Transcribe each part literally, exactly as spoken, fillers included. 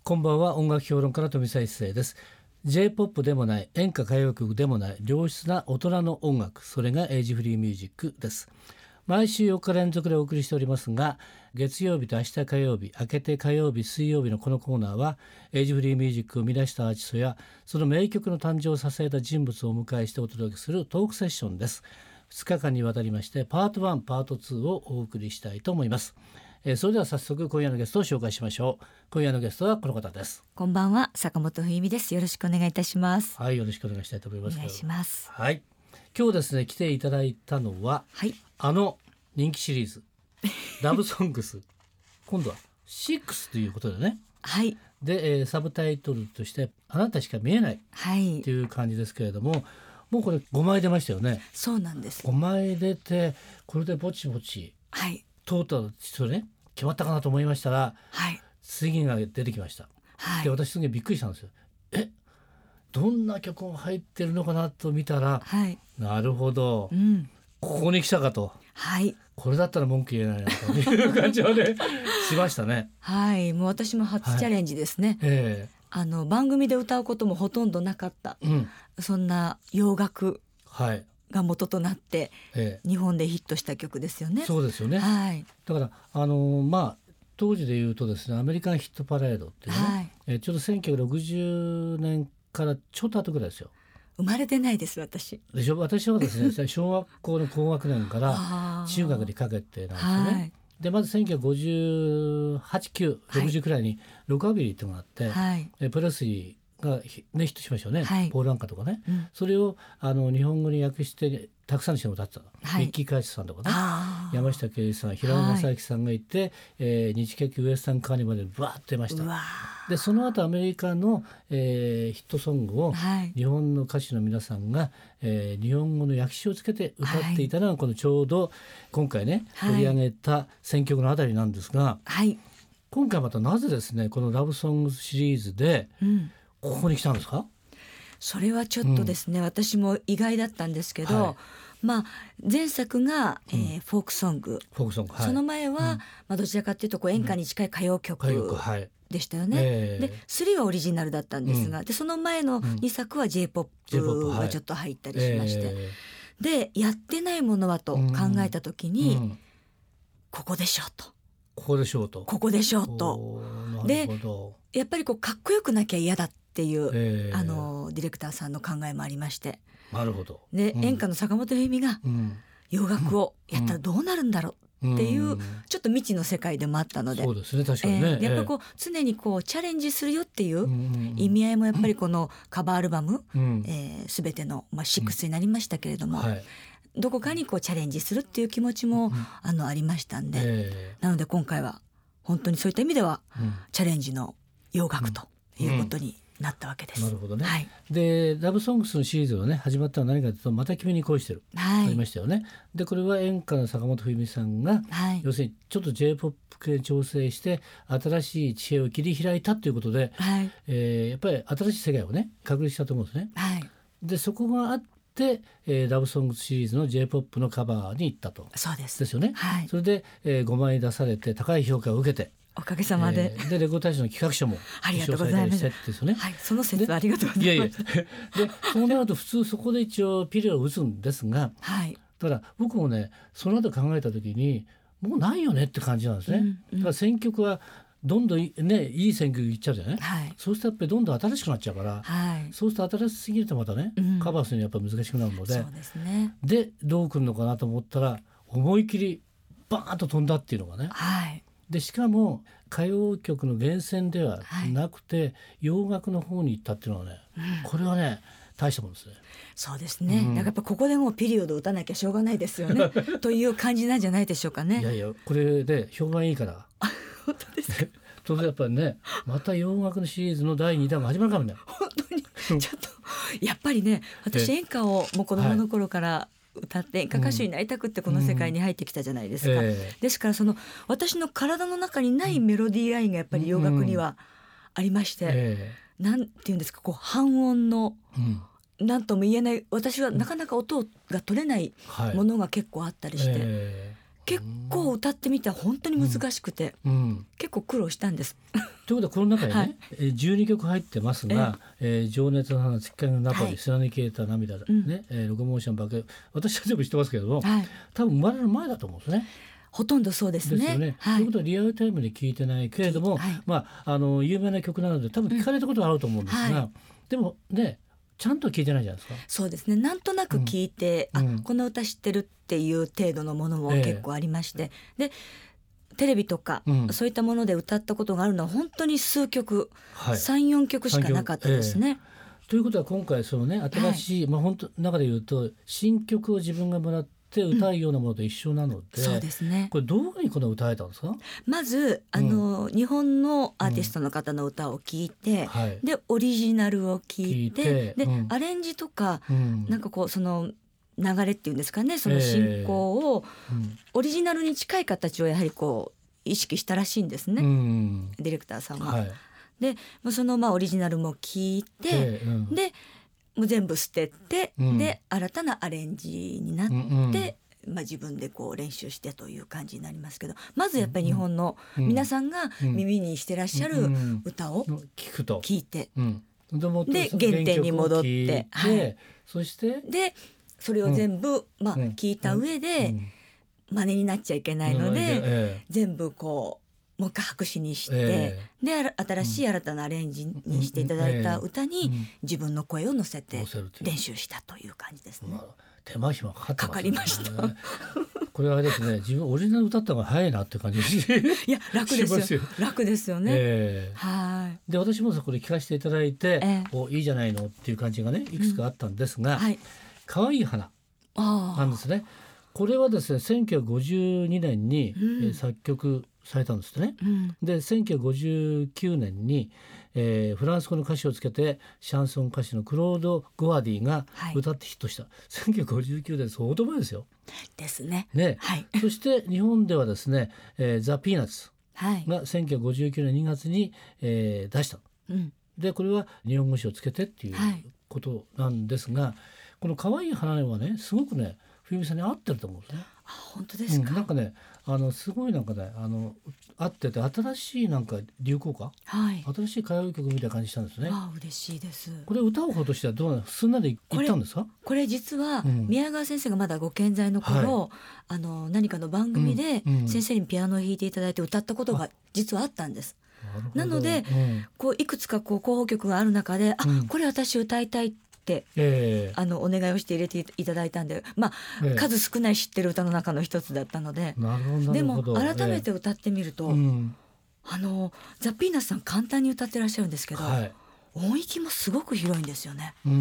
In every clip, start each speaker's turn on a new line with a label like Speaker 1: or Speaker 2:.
Speaker 1: こんばんは。音楽評論家の富澤一世です。 J-ポップ でもない演歌歌謡曲でもない良質な大人の音楽、それがエイジフリーミュージックです。毎週よっか連続でお送りしておりますが、月曜日と明日火曜日、明けて火曜日水曜日のこのコーナーはエイジフリーミュージックを生み出したアーティストやその名曲の誕生を支えた人物をお迎えしてお届けするトークセッションです。ふつかかんにわたりましてパートワンパートツーをお送りしたいと思います。えー、それでは早速今夜のゲストを紹介しましょう。今夜のゲストはこの方です。
Speaker 2: こんばんは、坂本冬美です。よろしくお願いいたします。
Speaker 1: はい、よろしくお願いしたいと思います。
Speaker 2: お願いします。
Speaker 1: はい、今日ですね来ていただいたのは、
Speaker 2: はい、
Speaker 1: あの人気シリーズラブソングス今度はシックスということでね、
Speaker 2: はい、
Speaker 1: で、えーサブタイトルとしてあなたしか見えない
Speaker 2: はい
Speaker 1: っていう感じですけれども、もうこれごまい出ましたよね。
Speaker 2: そうなんです。
Speaker 1: ごまい出て、これでぼちぼち
Speaker 2: はい、
Speaker 1: トータルとね決まったかなと思いましたら、
Speaker 2: はい、
Speaker 1: 次が出てきました。
Speaker 2: はい、
Speaker 1: で、私すげえびっくりしたんですよ。え、どんな曲が入ってるのかなと見たら、
Speaker 2: はい、
Speaker 1: なるほど、
Speaker 2: うん、
Speaker 1: ここに来たかと、
Speaker 2: はい、
Speaker 1: これだったら文句言えないなという感じはねしましたね。
Speaker 2: はい、もう私も初チャレンジですね。
Speaker 1: え
Speaker 2: あの番組で歌うこともほとんどなかった、
Speaker 1: え、うん、
Speaker 2: そんな洋楽
Speaker 1: はい、
Speaker 2: が元となって
Speaker 1: ええ、
Speaker 2: 日本でヒットした曲ですよね。
Speaker 1: そうですよね。
Speaker 2: はい、
Speaker 1: だからあのーまあ当時で言うとですね、アメリカンヒットパレードっていうね、
Speaker 2: はい、
Speaker 1: えーちょうどせんきゅうひゃくろくじゅうねんからちょっと後ぐらいですよ。
Speaker 2: 生まれてないです私。
Speaker 1: でしょ、私はですね小学校の高学年から
Speaker 2: あー
Speaker 1: 中学にかけてなんですよね。
Speaker 2: はい、
Speaker 1: でまずせんきゅうひゃくごじゅうはち、きゅう、ろくじゅうくらいにロカビリーっていうのがあって、
Speaker 2: はい、
Speaker 1: えプレスリーがヒ、ね、ヒットしましたよね、
Speaker 2: はい、
Speaker 1: ポール・アンカとかね、
Speaker 2: うん、
Speaker 1: それをあの日本語に訳してたくさんの人が歌ってたの、
Speaker 2: はい
Speaker 1: ミッキー・カーチスさんとかね、
Speaker 2: あー
Speaker 1: 山下圭一さん、平野正明さんがいて、えー日劇ウエスタンカーニバルでバーッと出ました。
Speaker 2: うわ
Speaker 1: でその後アメリカの、えーヒットソングを
Speaker 2: はい、
Speaker 1: 日本の歌手の皆さんが、えー日本語の訳詞をつけて歌っていたのが、このちょうど今回ね
Speaker 2: はい
Speaker 1: 取り上げた選曲のあたりなんですが、
Speaker 2: はい、
Speaker 1: 今回またなぜですねこのラブソングシリーズで
Speaker 2: うん、
Speaker 1: ここに来たんですか？
Speaker 2: それはちょっとですね、私も意外だったんですけど、
Speaker 1: はい、
Speaker 2: まあ前作が、えー
Speaker 1: うん
Speaker 2: フォークソング、
Speaker 1: フォークソング、はい、
Speaker 2: その前は、
Speaker 1: うん
Speaker 2: まあ、どちらかというとこう演歌に近い歌謡曲
Speaker 1: 歌謡曲、はい、
Speaker 2: でしたよね。
Speaker 1: えー
Speaker 2: でスリーはオリジナルだったんですが、でその前のにさくは J-ポップ
Speaker 1: J-ポップ、はい
Speaker 2: がちょっと入ったりしまして、
Speaker 1: え
Speaker 2: でやってないものはと考えた時
Speaker 1: ー
Speaker 2: に、
Speaker 1: うん
Speaker 2: ここでしょうと
Speaker 1: ここでしょうと、
Speaker 2: ここでしょうと、
Speaker 1: おーなるほど、
Speaker 2: やっぱりこうかっこよくなきゃ嫌だっていう、
Speaker 1: えー
Speaker 2: あのディレクターさんの考えもありまして、
Speaker 1: なるほど、
Speaker 2: で、
Speaker 1: うん
Speaker 2: 演歌の坂本冬美が
Speaker 1: うん
Speaker 2: 洋楽をやったらどうなるんだろうっていう、
Speaker 1: うん
Speaker 2: ちょっと未知の世界でもあったので、
Speaker 1: そうですね、確かにね、
Speaker 2: えーでやっぱりこう常にこうチャレンジするよっていう
Speaker 1: うん
Speaker 2: 意味合いもやっぱりこのカバーアルバム、
Speaker 1: うん
Speaker 2: えー、全ての、まあ、シックスになりましたけれども、
Speaker 1: はい、
Speaker 2: どこかにこうチャレンジするっていう気持ちも、あのありましたんで、
Speaker 1: え
Speaker 2: なので今回は本当にそういった意味では
Speaker 1: ーうん
Speaker 2: チャレンジの洋楽ということになったわけです。
Speaker 1: なるほどね、
Speaker 2: はい、
Speaker 1: でラブソングスのシリーズがね始まったのは何かというと、また君に恋してる、
Speaker 2: はい
Speaker 1: ありましたよね。でこれは演歌の坂本冬美さんが、
Speaker 2: はい
Speaker 1: 要するにちょっと J-ポップ 系調整して新しい知恵を切り開いたということで、
Speaker 2: はい
Speaker 1: えーやっぱり新しい世界をね確立したと思うんですね。
Speaker 2: はい、
Speaker 1: でそこがあって、えーラブソングスシリーズの J-ポップ のカバーに行ったと
Speaker 2: そうです。
Speaker 1: ですよね。
Speaker 2: はい、
Speaker 1: それで、えーごまい出されて高い評価を受けて、
Speaker 2: おかげさまで、
Speaker 1: えーでレコード大賞の企画書も
Speaker 2: ありがとうご
Speaker 1: 受賞されたり
Speaker 2: ざいます。
Speaker 1: してですよね。
Speaker 2: はい、その説はありがとうござ
Speaker 1: いやいや
Speaker 2: います。
Speaker 1: でそうなると普通そこで一応ピリオドを打つんですが、
Speaker 2: はい、
Speaker 1: だから僕もねその後考えた時にもうないよねって感じなんですね。
Speaker 2: うんうん
Speaker 1: だから選曲はどんどんいねいい選曲いっちゃうじゃない、
Speaker 2: はい、
Speaker 1: そうするとやっぱりどんどん新しくなっちゃうから、
Speaker 2: はい、
Speaker 1: そうすると新しすぎるとまたね、
Speaker 2: うん
Speaker 1: カバーするにはやっぱ難しくなるので、
Speaker 2: そうですね。
Speaker 1: でどうくるのかなと思ったら思い切りバーンと飛んだっていうのがね。
Speaker 2: はい、
Speaker 1: でしかも歌謡曲の源泉ではなくて、洋楽の方に行ったっていうのはね、
Speaker 2: うん、
Speaker 1: これはね大したもんですね。
Speaker 2: そうですね、
Speaker 1: うん
Speaker 2: だからやっぱここでもうピリオド打たなきゃしょうがないですよねという感じなんじゃないでしょうかね。
Speaker 1: いやいやこれで評判いいから
Speaker 2: 本当ですか。
Speaker 1: 当然やっぱりねまた洋楽のシリーズのだいにだんが始まるかもね。
Speaker 2: 本当にちょっとやっぱりね、私演歌をもう子供の頃から歌って演歌歌手になりたくってこの世界に入ってきたじゃないですか、
Speaker 1: ええ
Speaker 2: ですからその私の体の中にないメロディーラインがやっぱり洋楽にはありまして、
Speaker 1: え
Speaker 2: なんていうんですか、こう半音の
Speaker 1: えうん
Speaker 2: なんとも言えない、私はなかなか音が取れない
Speaker 1: はい
Speaker 2: ものが結構あったりして、
Speaker 1: ええ
Speaker 2: 結構歌ってみたら本当に難しくて、
Speaker 1: うんうん、
Speaker 2: 結構苦労したんです。
Speaker 1: ということはこの中にね、はい、じゅうにきょく入ってますが、ええー、情熱の花、月影のナポリ、はい、貫き得た涙、うん、ね、えー、ロコモーションバケ、私は全部知ってますけども、はい、多分生まれる前だと思うんですね。
Speaker 2: ほとんどそうですね。
Speaker 1: ですよね。はい、ということはリアルタイムで聞いてないけれども、はい、まあ、あの有名な曲なので多分聞かれたことはあると思うんですが、うん、はい、でもねちゃんと聞いてないじゃないですか。
Speaker 2: そうですね。なんとなく聞いて、うん、あ、この歌知ってるっていう程度のものも結構ありまして、えー、でテレビとか、うん、そういったもので歌ったことがあるのは本当に数曲、はい、さん、よんきょくしかなかったですね。
Speaker 1: えー、ということは今回そのね新しい、はい、まあ本当中で言うと新曲を自分がもらって歌うようなものと一緒なので、うん、
Speaker 2: そうですね。
Speaker 1: これどういうふうにこの歌えたんですか？
Speaker 2: まずあの、うん、日本のアーティストの方の歌を聴いて、うん、はい、でオリジナルを聴いて、聞いて、で、うん、アレンジとか、うん、なんかこうその流れっていうんですかね、その進行を、えーうん、オリジナルに近い形をやはりこう意識したらしいんですね、うん、ディレクターさんは。はい、でそのまあオリジナルも聞いて、えーうん、でもう全部捨てて、うん、で新たなアレンジになって、うんうん、まあ、自分でこう練習してという感じになりますけど、まずやっぱり日本の皆さんが耳にしてらっしゃる歌を聞いて、うんうん、で原点に戻って、はい、そしてでそれを全部、うん、まあ、聞いた上で、うん、真似になっちゃいけないので、うん、えー、全部こうもう一回白紙にして、えー、で新しい新たなアレンジにしていただいた歌に自分の声を乗せて練習したという感じですね。
Speaker 1: 手間暇かかってますね。
Speaker 2: かかりました。
Speaker 1: これはあれですね、自分オリジナル歌ったのが早いなって感じです
Speaker 2: いや楽ですよ。楽ですよね。えー、はい。
Speaker 1: で私もこれ聞かせていただいて、えー、おいいじゃないのっていう感じがねいくつかあったんですが、うん、はい、可愛い花なんですね。これはですねせんきゅうひゃくごじゅうにねんに、うん、えー、作曲されたんですね。うん、でせんきゅうひゃくごじゅうきゅうねんに、えー、フランス語の歌詞をつけてシャンソン歌手のクロード・ゴアディが歌ってヒットした、はい、せんきゅうひゃくごじゅうきゅうねん相当前ですよ。
Speaker 2: ですね。
Speaker 1: ね、はい、そして日本ではですね、えー、ザ・ピーナッツがせんきゅうひゃくごじゅうきゅうねんにがつに、えー、出した、うん、でこれは日本語詞をつけてっていうことなんですが、はい、この可愛い花はねすごくね冬美さんに合ってると思うんですね。
Speaker 2: あ、本当ですか。
Speaker 1: うん、なんかねあのすごいなんかねあの合ってて新しいなんか流行歌、はい、新しい歌謡曲みたいな感じしたんですね。
Speaker 2: あ、嬉しいです。
Speaker 1: これ歌う方としてはどうなの、すんなりいったんですか？
Speaker 2: これ、これ実は、うん、宮川先生がまだご健在の頃、はい、あの何かの番組で先生にピアノを弾いていただいて歌ったことが実はあったんです。なので、うん、こういくつかこう候補曲がある中で、うん、あ、これ私歌いたいって、えー、あのお願いをして入れていただいたんで、まあ、えー、数少ない知ってる歌の中の一つだったので、
Speaker 1: なるほど、
Speaker 2: でも改めて歌ってみると、えーうん、あのザ・ピーナッツさん簡単に歌ってらっしゃるんですけど、はい、音域もすごく広いんですよね。うん、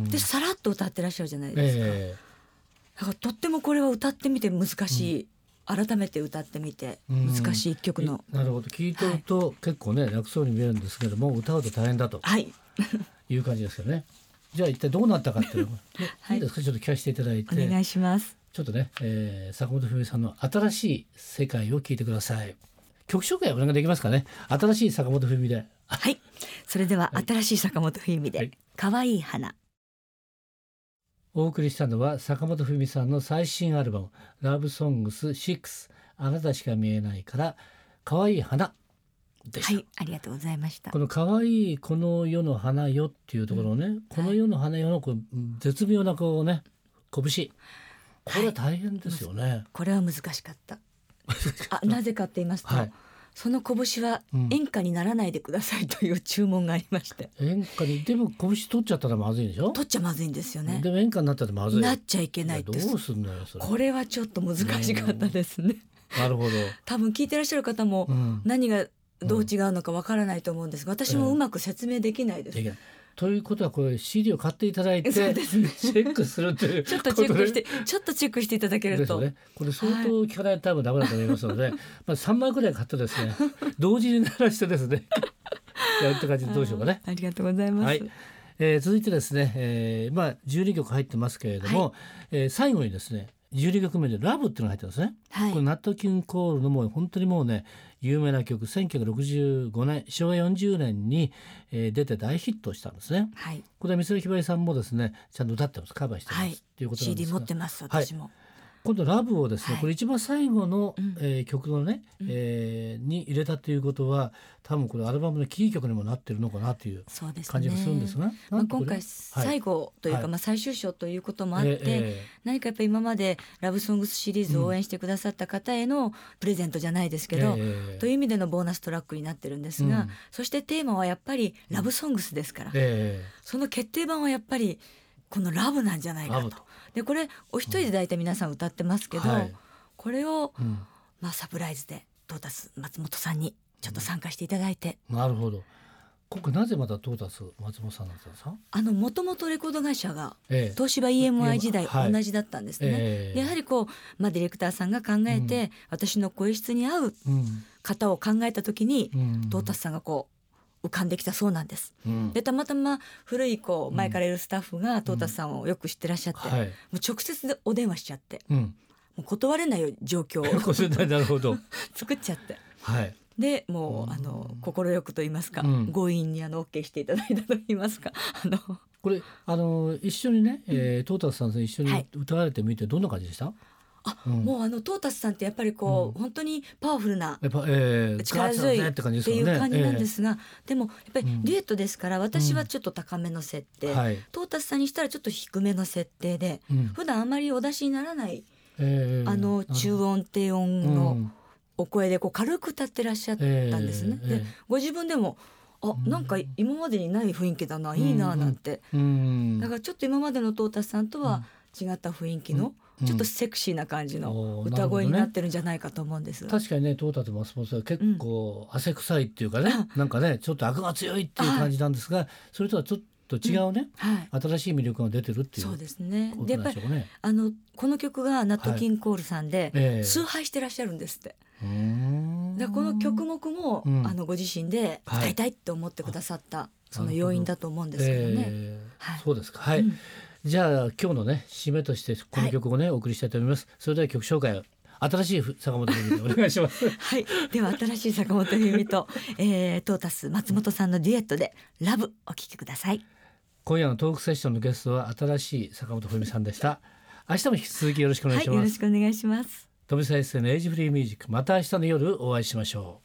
Speaker 2: でさらっと歌ってらっしゃるじゃないですか、えー、だからとってもこれは歌ってみて難しい、うん、改めて歌ってみて難しい一曲の、
Speaker 1: なるほど、聞いてると、はい、結構ね楽そうに見えるんですけども歌うと大変だと、はい、いう感じですよね。じゃあ一体どうなったかっていうのを、はい、いいですか、ちょっと聞かせていただいて。
Speaker 2: お願いします。
Speaker 1: ちょっとね、えー、坂本冬美さんの新しい世界を聞いてください。曲紹介お願いできますかね。新しい坂本冬美で。
Speaker 2: はい、それでは新しい坂本冬美で、はい、可愛い花。
Speaker 1: お送りしたのは坂本冬美さんの最新アルバムラブソングスシックス、あなたしか見えないから可愛い花でした。
Speaker 2: はい、ありがとうございました。
Speaker 1: この可愛いこの世の花よっていうところをね、うん、この世の花よのこう絶妙なこうね拳、これは大変ですよね、はい、
Speaker 2: これは難しかったあ、なぜかって言いますと、はい、その拳は演歌にならないでくださいという注文がありまして、
Speaker 1: うん、演歌にでも拳取っちゃったらまずいでしょ。
Speaker 2: 取っちゃまずいんですよね。
Speaker 1: でも演歌になったらまずい、
Speaker 2: なっちゃいけないって。
Speaker 1: どうすんのよそれ。
Speaker 2: これはちょっと難しかったですね。
Speaker 1: なるほど。
Speaker 2: 多分聞いてらっしゃる方も何がどう違うのかわからないと思うんですが、私もうまく説明できないです、えー
Speaker 1: ということはこれ シーディー を買っていただいて、ね、チェックするという
Speaker 2: ちょっとチェックしてちょっとチェックしていただけると、
Speaker 1: ね、これ相当聞かないと多分ダメだと思いますので、はい、まあさんまいくらい買ってですね同時に鳴らしてですねやるって感じでどうしようかね。
Speaker 2: あ, ありがとうございます、はい、
Speaker 1: えー、続いてですね、えーまあ、じゅうにきょく入ってますけれども、はい、えー、最後にですねじゅうにきょくめでラブっていうのが入ってますね、はい、これナット・キンコールのもう本当にもうね有名な曲、せんきゅうひゃくろくじゅうごねんしょうわよんじゅうねんに、えー、出て大ヒットしたんですね、はい、これは美空ひばりさんもですねちゃんと歌ってます、カバーしてます、はい、っていうことなんですが、
Speaker 2: シーディー 持ってます私も、はい、
Speaker 1: 今度ラブをですね、はい、これ一番最後の、
Speaker 2: うん
Speaker 1: えー、曲のね、うんえー、に入れたということは多分これアルバムのキー曲にもなってるのかなという感じがするんですが、ね
Speaker 2: まあ、今回最後というか、はいまあ、最終章ということもあって、えー、何かやっぱり今までラブソングスシリーズを応援してくださった方へのプレゼントじゃないですけど、えー、という意味でのボーナストラックになってるんですが、うん、そしてテーマはやっぱりラブソングスですから、えー、その決定版はやっぱりこのラブなんじゃないかと。でこれお一人で大体皆さん歌ってますけど、うんはい、これを、うんまあ、サプライズでトータス松本さんにちょっと参加していただいて、
Speaker 1: うん、なるほど。今回なぜまたトータス松本さんだったんですか？
Speaker 2: あのもともとレコード会社が、ええ、東芝 イーエムアイ 時代同じだったんですね、はいええ、でやはりこう、まあ、ディレクターさんが考えて、うん、私の声質に合う方を考えた時に、うん、トータスさんがこう浮かんできたそうなんです、うん、でたまたま古いこう前からいるスタッフがトータスさんをよく知ってらっしゃって、うんはい、もう直接でお電話しちゃって、うん、もう断れない状況を
Speaker 1: なるほど
Speaker 2: 作っちゃって、
Speaker 1: はい、
Speaker 2: でもうあの快くと言いますか、うん、強引にあの OK していただいたと言いますかあの
Speaker 1: これあの一緒にね、えー、トータスさんと一緒に歌われてみてどんな感じでした？はい
Speaker 2: あうん、もうあのトータスさんってやっぱりこう、うん、本当にパワフルな、えー、力強いっていう感じなんですが、えー、でもやっぱりデュエットですから、うん、私はちょっと高めの設定、うん、トータスさんにしたらちょっと低めの設定で、うん、普段あまりお出しにならない、えー、あの中音低音のお声でこう軽く歌ってらっしゃったんですね、えー、でご自分でもあなんか今までにない雰囲気だな、うん、いいななんて、うん、だからちょっと今までのトータスさんとは違った雰囲気の、うんちょっとセクシーな感じの歌声になってるんじゃないかと思うんですが、
Speaker 1: ね、確かにねトータス松本さんは結構汗臭いっていうかね、うん、なんかねちょっと悪が強いっていう感じなんですが、はい、それとはちょっと違うね、うんはい、新しい魅力が出てるっていうことなんでしょうね。
Speaker 2: そうですね。でやっぱりあのこの曲がナット・キンコールさんで、はいえー、崇拝してらっしゃるんですって。うーんでこの曲目も、うん、あのご自身で歌いたいって思ってくださった、はい、その要因だと思うんですけどね、え
Speaker 1: ーはい、そうですかはい、うんじゃあ今日のね締めとしてこの曲をね、はい、お送りしたいと思います。それでは曲紹介を新しい坂本冬美でお願いします
Speaker 2: はいでは新しい坂本冬美と、えー、トータス松本さんのデュエットでラブお聴きください。
Speaker 1: 今夜のトークセッションのゲストは新しい坂本冬美さんでした。明日も引き続きよろしくお願いします、はい、
Speaker 2: よろしくお願いします。
Speaker 1: 富澤一世のエイジフリーミュージックまた明日の夜お会いしましょう。